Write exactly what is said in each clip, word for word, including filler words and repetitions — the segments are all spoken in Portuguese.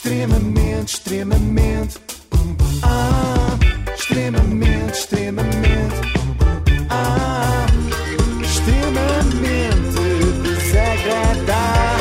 Extremamente, extremamente. Ah, extremamente, extremamente. Ah, extremamente desagradável.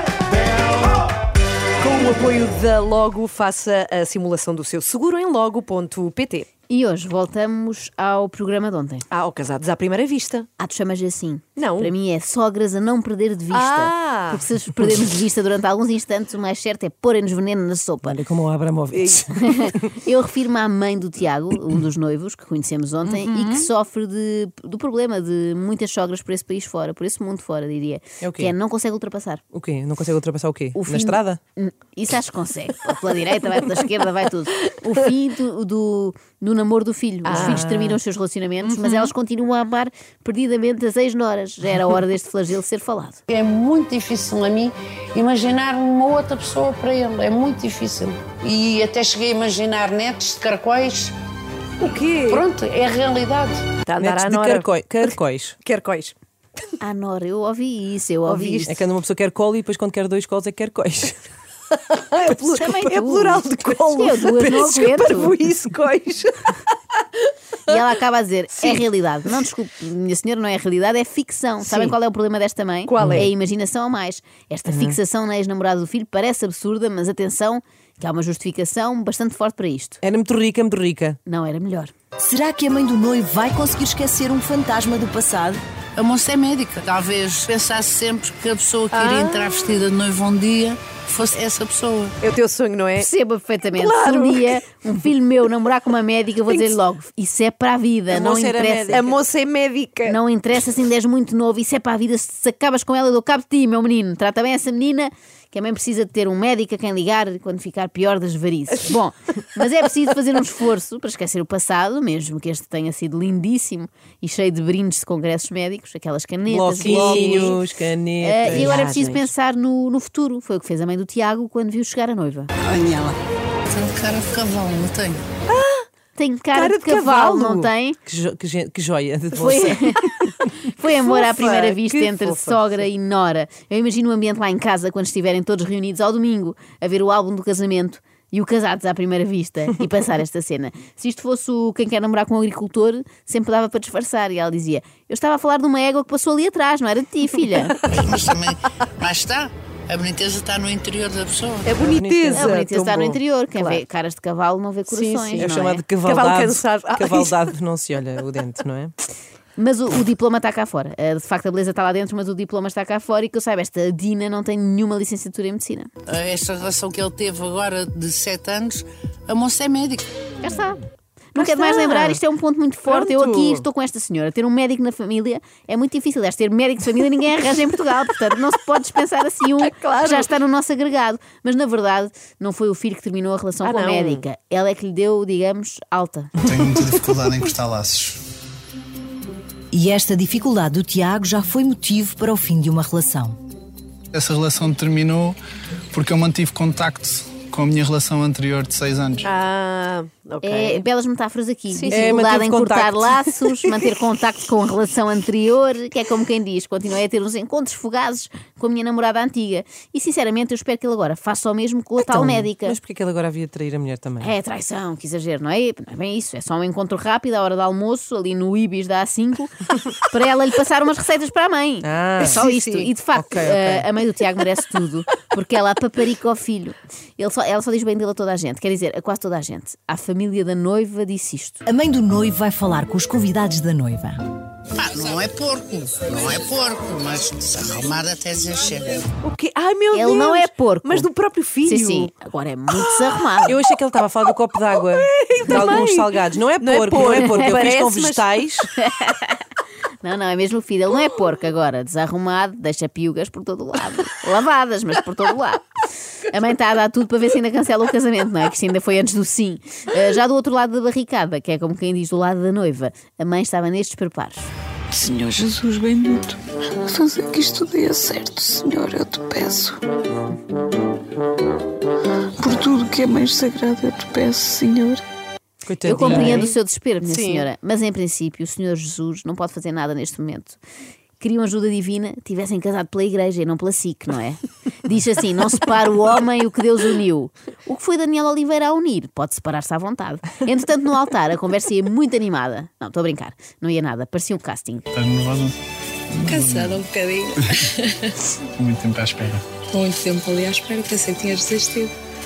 Com o apoio da Logo, faça a simulação do seu seguro em logo ponto pt. E hoje voltamos ao programa de ontem. Ah, ao Casados à Primeira Vista. Ah, tu chamas assim? Não. Para mim é sogras a não perder de vista. Ah. Porque se as perdermos de vista durante alguns instantes, o mais certo é porem-nos veneno na sopa. Olha como o Abramovich. Eu refiro-me à mãe do Tiago, um dos noivos que conhecemos ontem, Uhum. e que sofre de, do problema de muitas sogras por esse país fora, por esse mundo fora, diria. É o quê? Que é, não consegue ultrapassar. O quê? Não consegue ultrapassar o quê? O Na fim- estrada? Isso acho que consegue. Vai pela direita, vai pela esquerda, vai tudo. O fim do, do, do namoro do filho. Os Ah. filhos terminam os seus relacionamentos, Uhum. mas elas continuam a amar perdidamente as ex-noras. Já era hora deste flagelo ser falado. É muito difícil a mim imaginar uma outra pessoa para ele. É muito difícil. E até cheguei a imaginar netos de caracóis. O quê? Pronto, é a realidade. Está a andar Netos à de nora. caracóis. caracóis. Caracóis. Ah, Nora, eu ouvi isso, eu ouvi Ouviste? isto. É quando uma pessoa quer colo e depois quando quer dois colos é que quer cois. É, plu- Também é tu. plural de colo. Eu duas não aguento. isso, cois. E ela acaba a dizer, é realidade. Não, desculpe, minha senhora, não é realidade, é ficção. Sabem qual é o problema desta mãe? Qual é? É a imaginação a mais. Esta fixação na ex-namorada do filho parece absurda, mas atenção, que há uma justificação bastante forte para isto. Era muito rica, muito rica. Não era melhor. Será que a mãe do noivo vai conseguir esquecer um fantasma do passado? A moça é médica. Talvez pensasse sempre que a pessoa que iria entrar vestida de noiva um dia fosse essa pessoa. É o teu sonho, não é? Perceba perfeitamente. Claro. Se um dia um filho meu namorar com uma médica, eu vou dizer logo, isso é para a vida, A não moça era interessa. médica. A moça é médica. Não interessa se ainda és muito novo, isso é para a vida. Se acabas com ela, eu dou cabo de ti, meu menino. Trata bem essa menina, que a mãe precisa de ter um médico a quem ligar quando ficar pior das varizes. Bom, mas é preciso fazer um esforço para esquecer o passado, mesmo que este tenha sido lindíssimo e cheio de brindes de congressos médicos, aquelas canetas, Bloquinhos, Ah, canetas. e agora é preciso viagens. pensar no, no futuro. Foi o que fez a mãe do Tiago quando viu chegar a noiva. Olha ela. Tem cara de cavalo, não tem? Tem cara, Cara de, de cavalo, cavalo. não tem? Que, jo- que gen- que joia de Foi, moça. foi amor à fofa, primeira vista que entre fofa. sogra e nora. Eu imagino o ambiente lá em casa quando estiverem todos reunidos ao domingo a ver o álbum do casamento e o Casados à Primeira Vista e passar esta cena. Se isto fosse o Quem Quer Namorar com um Agricultor, sempre dava para disfarçar. E ela dizia, eu estava a falar de uma égua que passou ali atrás, não era de ti, filha. Mas também, lá está. A boniteza está no interior da pessoa. É boniteza. A boniteza está tão no bom. interior. Quem Claro. vê caras de cavalo não vê corações. sim. não É chamado de Cavalo cavaldade. cansado. Ah, Cavaldade não se olha o dente, não é? Mas o, o diploma está cá fora. Uh, De facto, a beleza está lá dentro, mas o diploma está cá fora. E que eu saiba, esta Dina não tem nenhuma licenciatura em medicina. Esta relação que ele teve agora de sete anos, a moça é médica. Já está. Não quero mais está. lembrar, isto é um ponto muito forte. Eu Pronto. aqui estou com esta senhora. Ter um médico na família é muito difícil. Aliás, ter médico de família ninguém arranja em Portugal. Portanto, não se pode dispensar assim um Claro. que já está no nosso agregado. Mas, na verdade, não foi o filho que terminou a relação Ah, com a não. médica. Ela é que lhe deu, digamos, alta. Tenho muita dificuldade em cortar laços. E esta dificuldade do Tiago já foi motivo para o fim de uma relação. Essa relação terminou porque eu mantive contacto com a minha relação anterior de seis anos. Ah, ok. É, belas metáforas aqui. Sim, Dificuldade É, manteve em cortar contacto. laços, manter contacto com a relação anterior, que é como quem diz, continuei a ter uns encontros fugazes com a minha namorada antiga. E sinceramente eu espero que ele agora faça o mesmo com a tal médica. Mas porquê que ele agora havia de trair a mulher também? É traição, que exagero, não é? Não é bem isso, é só um encontro rápido à hora do almoço, ali no Ibis da A cinco, para ela lhe passar umas receitas para a mãe. Ah, é só sim, isto. sim. E de facto, Ok, ok. a- a mãe do Tiago merece tudo, porque ela paparica ao filho. Ele só, ela só diz bem dele a toda a gente, quer dizer, a quase toda a gente. A família da noiva disse isto. A mãe do noivo vai falar com os convidados da noiva. Ah, não é porco, não é porco, mas desarrumada até dizer chega. O quê? Ai, meu Ele Deus. não é porco. Mas do próprio filho. Sim, sim, agora é muito desarrumado. Eu achei que ele estava a falar do copo d'água, de alguns salgados. Não é Não é porco, não é porco. porco. Eu fiz Parece, com mas- vegetais. Não, não, é mesmo o filho. Ele não é porco agora, desarrumado, deixa piugas por todo o lado. Lavadas, mas por todo o lado. A mãe está a dar tudo para ver se ainda cancela o casamento, não é? Que isto ainda foi antes do sim. Uh, já do outro lado da barricada, que é como quem diz do lado da noiva, a mãe estava nestes preparos. Senhor Jesus bendito, fazer que isto dê certo, Senhor, eu te peço. Por tudo que é mais sagrado, eu te peço, Senhor. Coitadinha. Eu compreendo o seu desespero, minha Sim. senhora, mas em princípio o Senhor Jesus não pode fazer nada neste momento. Queriam ajuda divina, tivessem casado pela igreja e não pela S I C, não é? Diz assim: não separa o homem o que Deus uniu. O que foi Daniel Oliveira a unir pode separar-se à vontade. Entretanto, no altar, a conversa ia muito animada. Não, estou a brincar, não ia nada, parecia um casting. Estás nervosa? Cansada um bocadinho. Muito tempo à espera. Muito tempo ali à espera, pensei que tinhas desistido.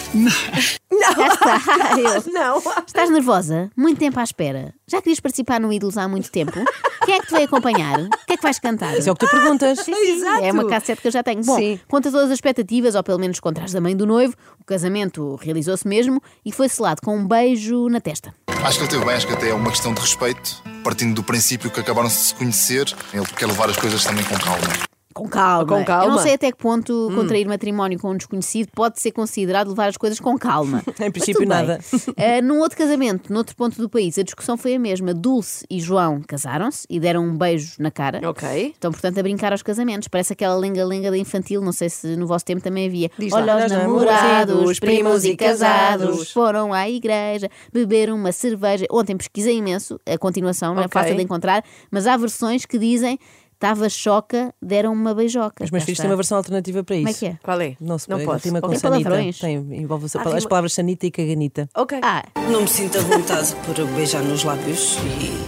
Já está. Eu. Não. Estás nervosa? Muito tempo à espera. Já querias participar no Ídolos há muito tempo? Quem é que te veio acompanhar? O que é que vais cantar? Isso é o que tu perguntas. Sim, sim, Exato. é uma cassete que eu já tenho. Bom, Sim. contra todas as expectativas, ou pelo menos contra as da mãe do noivo, o casamento realizou-se mesmo e foi selado com um beijo na testa. Acho que ele teve bem, acho que até é uma questão de respeito, partindo do princípio que acabaram de se conhecer, ele quer levar as coisas também com calma. Com calma. Com calma. Eu não sei até que ponto contrair matrimónio com um desconhecido pode ser considerado levar as coisas com calma. Em princípio, Mas tudo nada. bem. Uh, num outro casamento, noutro ponto do país, a discussão foi a mesma. Dulce e João casaram-se e deram um beijo na cara. Ok. Estão, portanto, a brincar aos casamentos. Parece aquela lenga-lenga da infantil. Não sei se no vosso tempo também havia. Diz lá. Olha, os Olha os namorados, namorados, primos e casados, casados. foram à igreja, beberam uma cerveja. Ontem pesquisei imenso a continuação, não é Ok. fácil de encontrar, mas há versões que dizem: estava choca, deram uma beijoca. Os meus Já filhos está. têm uma versão alternativa para isso. Como é que é? Qual é? Não se Não pode. posso. Rima com Ok. Tem sanita. palavrões? Tem, envolve Ah, as rima- palavras sanita e caganita. Ok. Ah, Não me sinto à vontade por beijar nos lábios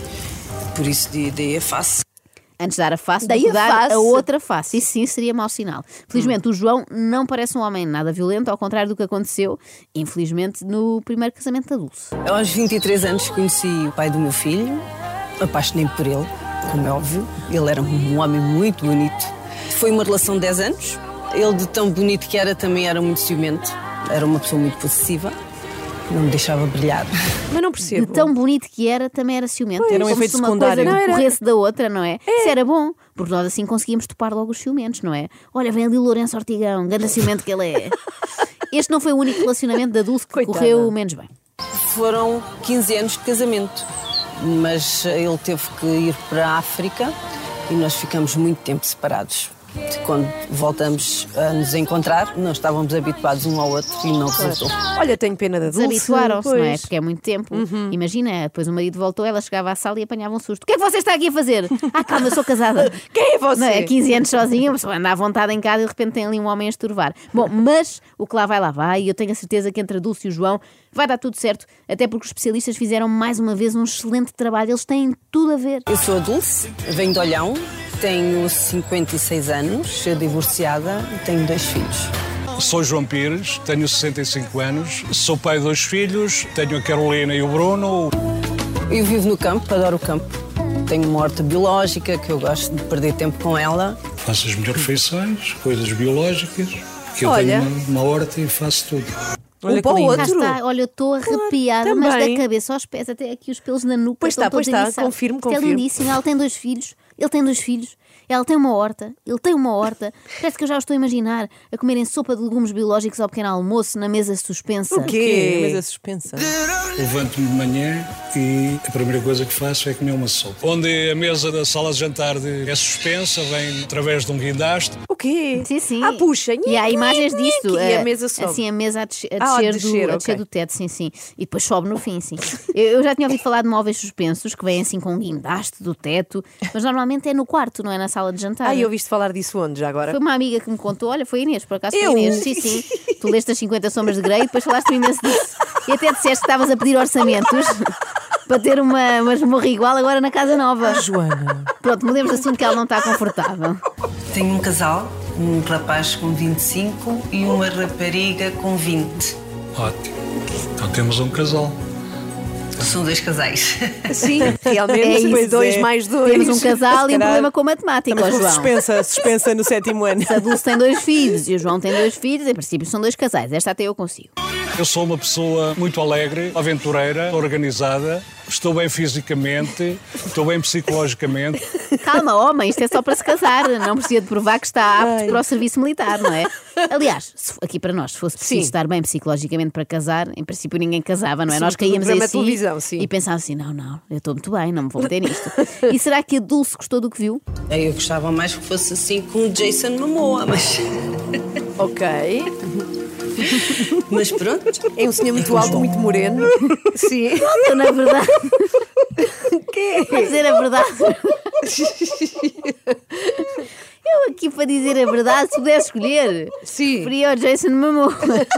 e por isso dei- dei a face. antes de dar a face, Daí de a dar face. a outra face. Isso sim seria mau sinal. Felizmente, o João não parece um homem nada violento, ao contrário do que aconteceu, infelizmente, no primeiro casamento da Dulce. Eu, aos vinte e três anos conheci o pai do meu filho, apaixonei-me por ele, como é óbvio. Ele era um homem muito bonito. Foi uma relação de dez anos. Ele, de tão bonito que era, também era muito ciumento. Era uma pessoa muito possessiva. Não me deixava brilhar. Mas não De percebo. tão bonito que era, também era ciumento. Era um Como efeito se uma secundário. coisa Não, era- decorresse da outra, não é? Isso era bom, porque nós assim conseguíamos topar logo os ciumentos, não é? Olha, vem ali o Lourenço Ortigão, grande ciumento que ele é. Este não foi o único relacionamento da Dulce que Coitada. correu menos bem. Foram quinze anos de casamento, mas ele teve que ir para a África e nós ficamos muito tempo separados. Quando voltamos a nos encontrar, não estávamos habituados um ao outro e não resultou. Olha, tenho pena da Dulce. Desabituaram-se, não é? Pois. Uhum. Porque é muito tempo. Imagina, depois o marido voltou, ela chegava à sala e apanhava um susto. O que é que você está aqui a fazer? Ah, calma, eu sou casada. Quem é você? Não é? quinze anos sozinha, uma pessoa anda à vontade em casa e de repente tem ali um homem a estorvar. Bom, mas o que lá vai, lá vai. E eu tenho a certeza que entre a Dulce e o João vai dar tudo certo. Até porque os especialistas fizeram mais uma vez um excelente trabalho. Eles têm tudo a ver. Eu sou a Dulce, venho de Olhão, tenho cinquenta e seis anos, sou divorciada e tenho dois filhos. Sou João Pires, tenho sessenta e cinco anos, sou pai de dois filhos, tenho a Carolina e o Bruno. Eu vivo no campo, adoro o campo. Tenho uma horta biológica que eu gosto de perder tempo com ela. Faço as melhores refeições, coisas biológicas, que eu Olha. tenho uma, uma horta e faço tudo. Olha Um para que o lindo. Cá outro. está, olha, eu estou arrepiada, mas também. da cabeça aos pés, até aqui os pelos na nuca. Pois estão está, pois todos está, eriçados. confirmo, Isto é confirmo. lindíssimo, ela tem dois filhos, ele tem dois filhos, ela tem uma horta, ele tem uma horta. Parece que eu já o estou a imaginar a comerem sopa de legumes biológicos ao pequeno almoço na mesa suspensa. O quê? Mas é suspensa. Levanto-me de manhã e a primeira coisa que faço é comer uma sopa. Onde a mesa da sala de jantar de- é suspensa, vem através de um guindaste. O quê? Sim, sim. Ah, puxa. E há imagens disto. E a eh, mesa sobe. Assim, a mesa a descer, a Ah, a descer, descer, do, a descer ok. do teto, sim, sim. E depois sobe no fim, sim. Eu, eu já tinha ouvido falar de móveis suspensos que vêm assim com um guindaste do teto, mas normalmente é no quarto, não é na sala de jantar. Ah, e ouviste falar disso onde já agora? Foi uma amiga que me contou, olha, foi a Inês, por acaso foi a Eu? Inês. Sim, sim. Tu leste as cinquenta sombras de Grey e depois falaste imenso disso. E até disseste que estavas a pedir orçamentos para ter uma masmorra igual agora na casa nova. Joana. Pronto, mudemos de assunto que ela não está confortável. Tenho um casal, um rapaz com vinte e cinco e uma rapariga com vinte. Ótimo. Então temos um casal. São dois casais. Sim, realmente É foi isso, dois é. mais dois. Temos um casal e um calhar problema com matemática, ó, Estamos com João. suspensa, suspensa no sétimo ano. A Dulce tem dois filhos e o João tem dois filhos, em princípio são dois casais. Esta até eu consigo. Eu sou uma pessoa muito alegre, aventureira, organizada, estou bem fisicamente, estou bem psicologicamente. Calma, homem, isto é só para se casar. Não precisa de provar que está apto para o serviço militar, não é? Aliás, se- aqui para nós, se fosse preciso Sim. estar bem psicologicamente para casar, em princípio ninguém casava, não é? Nós Sobretudo caíamos no programa em de si televisão, sim. e pensávamos assim: não, não, eu estou muito bem, não me vou meter nisto. E será que a Dulce gostou do que viu? Eu gostava mais que fosse assim com o Jason Momoa, mas, Ok. mas pronto. É um senhor muito alto, muito moreno. Sim. Eu, na verdade. Quê? Vou dizer a verdade. Eu aqui para dizer a verdade, se pudesse escolher. Sim. Preferia o Jason Momoa.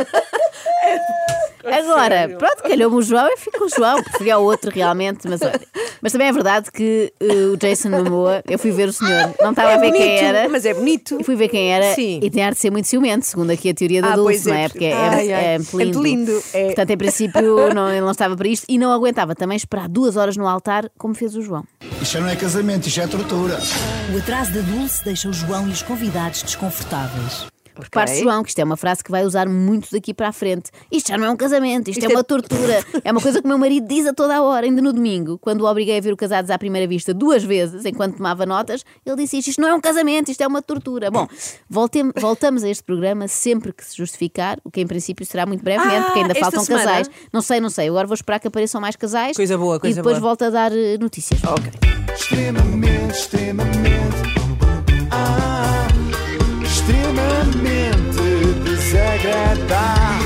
Agora, pronto, calhou-me o João e fico com o João. Preferia o outro realmente, mas olha. Mas também é verdade que uh, o Jason Momoa, eu fui ver o senhor, não estava É a ver bonito, quem era. mas é bonito. E fui ver quem era. Sim. E tem ar de ser muito ciumento, segundo aqui a teoria da Ah, Dulce, pois é. não é? Porque é, Ai, é, ai. é É lindo. muito lindo. É. Portanto, em princípio, não, ele não estava para isto e não aguentava também esperar duas horas no altar, como fez o João. Isto já não é casamento, isto é tortura. O atraso da Dulce deixa o João e os convidados desconfortáveis. Prepare-se, João, que isto é uma frase que vai usar muito daqui para a frente. Isto já não é um casamento, isto, isto é uma é... tortura. É uma coisa que o meu marido diz a toda a hora. Ainda no domingo, quando o obriguei a ver o Casados à Primeira Vista duas vezes, enquanto tomava notas, ele disse isto, isto não é um casamento, isto é uma tortura. Bom, voltem, voltamos a este programa sempre que se justificar, o que em princípio será muito brevemente, ah, porque ainda faltam semana? casais. Não sei, não sei. Agora vou esperar que apareçam mais casais. Coisa boa, coisa E depois boa. volto a dar uh, notícias. Ok. Extremamente, extremamente. Ah, extremamente desagradável.